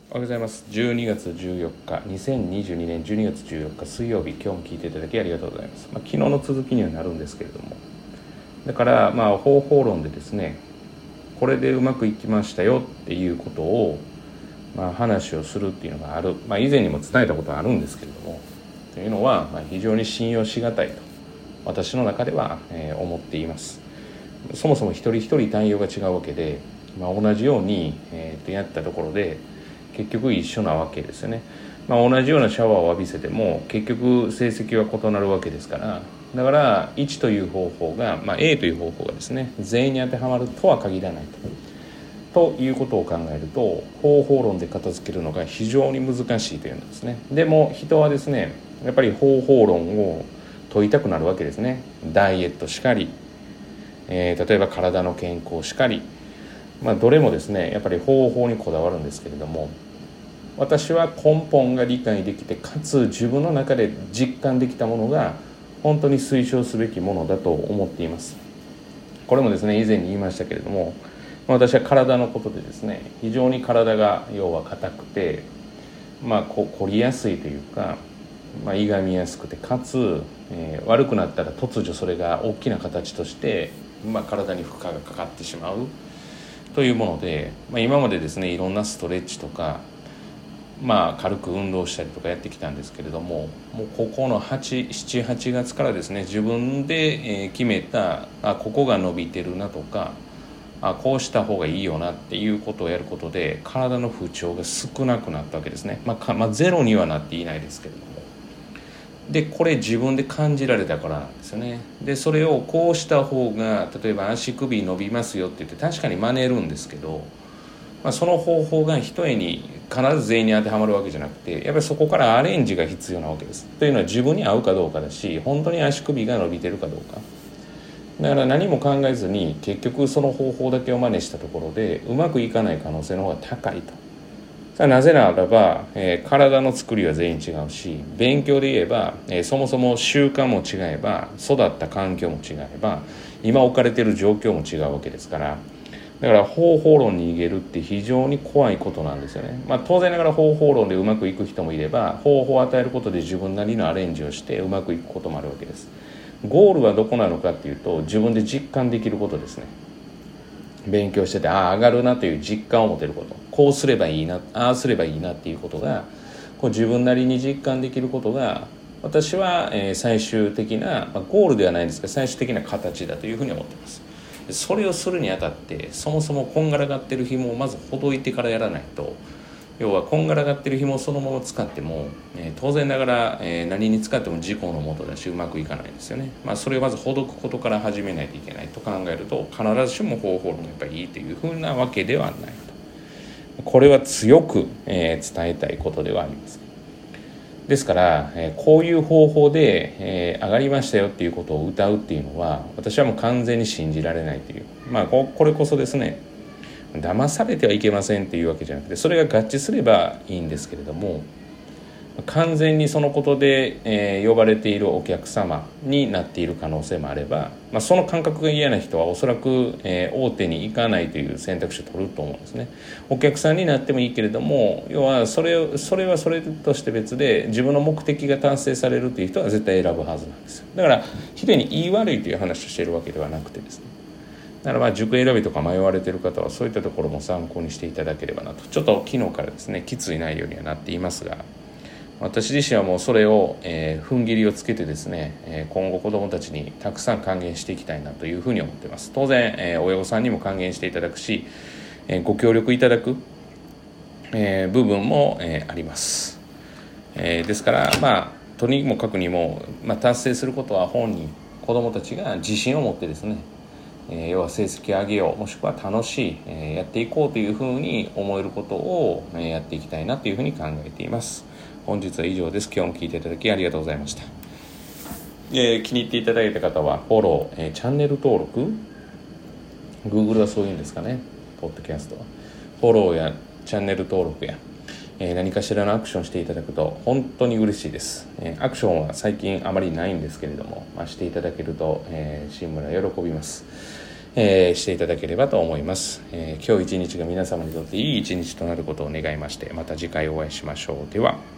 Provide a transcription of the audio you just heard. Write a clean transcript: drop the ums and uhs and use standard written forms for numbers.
おはようございます。12月14日、2022年12月14日水曜日、今日も聞いていただきありがとうございます。昨日の続きにはなるんですけれども、だから方法論でですね、これでうまくいきましたよっていうことを話をするっていうのがある。以前にも伝えたことはあるんですけれども、というのは非常に信用しがたいと私の中では思っています。そもそも一人一人対応が違うわけで、同じようにやったところで結局一緒なわけですよね。同じようなシャワーを浴びせても結局成績は異なるわけですから、だから1という方法が、A という方法がですね全員に当てはまるとは限らないということを考えると、方法論で片付けるのが非常に難しいというんですね。でも人はですね、やっぱり方法論を問いたくなるわけですね。ダイエットしかり、例えば体の健康しかり、どれもですねやっぱり方法にこだわるんですけれども、私は根本が理解できて、かつ自分の中で実感できたものが本当に推奨すべきものだと思っています。これもですね以前に言いましたけれども、私は体のことでですね、非常に体が要は硬くて、凝りやすいというか、いがみやすくて、かつ、悪くなったら突如それが大きな形として、体に負荷がかかってしまうというもので、今までですねいろんなストレッチとか、軽く運動したりとかやってきたんですけれども、もうここの7、8月からですね、自分で決めたここが伸びてるなとか、こうした方がいいよなっていうことをやることで体の不調が少なくなったわけですね。ゼロにはなっていないですけれども、でこれ自分で感じられたからなんですよね。でそれをこうした方が、例えば足首伸びますよって言って確かに真似るんですけど、その方法が一重に必ず全員に当てはまるわけじゃなくて、やっぱりそこからアレンジが必要なわけです。というのは自分に合うかどうかだし、本当に足首が伸びてるかどうかだから、何も考えずに結局その方法だけを真似したところでうまくいかない可能性の方が高いと。なぜならば、体の作りは全員違うし、勉強で言えば、そもそも習慣も違えば、育った環境も違えば、今置かれている状況も違うわけですから、だから方法論に逃げるって非常に怖いことなんですよね。当然ながら方法論でうまくいく人もいれば、方法を与えることで自分なりのアレンジをしてうまくいくこともあるわけです。ゴールはどこなのかっていうと、自分で実感できることですね。勉強してて上がるなという実感を持てること、こうすればいいな、ああすればいいなっていうことが自分なりに実感できることが、私は最終的な、ゴールではないんですが最終的な形だというふうに思っています。それをするにあたって、そもそもこんがらがってる紐をまずほどいてからやらないと、要はこんがらがってる紐をそのまま使っても、当然ながら、何に使っても事故のもとだしうまくいかないんですよね。それをまずほどくことから始めないといけないと考えると、必ずしも方法論がやっぱりいいというふうなわけではないと。これは強く、伝えたいことではあります。ですから、こういう方法で、上がりましたよっていうことを謳うっていうのは、私はもう完全に信じられないという、これこそですね、騙されてはいけませんっていうわけじゃなくて、それが合致すればいいんですけれども、完全にそのことで、呼ばれているお客様になっている可能性もあれば、その感覚が嫌な人はおそらく、大手に行かないという選択肢を取ると思うんですね。お客さんになってもいいけれども、要はそれはそれとして別で自分の目的が達成されるという人は絶対選ぶはずなんですよ。だから人に言い悪いという話をしているわけではなくてですね、だから塾選びとか迷われている方はそういったところも参考にしていただければなと。ちょっと昨日からですねきつい内容にはなっていますが、私自身はもうそれを、踏ん切りをつけてですね、今後子どもたちにたくさん還元していきたいなというふうに思っています。当然、親御さんにも還元していただくし、ご協力いただく、部分も、あります。ですからとにもかくにも、達成することは本人子どもたちが自信を持ってですね、要は成績を上げよう、もしくは楽しい、やっていこうというふうに思えることを、やっていきたいなというふうに考えています。本日は以上です。今日も聞いていただきありがとうございました。気に入っていただいた方はフォロー、チャンネル登録、 Google はそういうんですかね、ポッドキャストはフォローやチャンネル登録や、何かしらのアクションしていただくと本当に嬉しいです。アクションは最近あまりないんですけれども、していただけると、新村喜びます。 していただければと思います。今日一日が皆様にとっていい一日となることを願いまして、また次回お会いしましょう。では。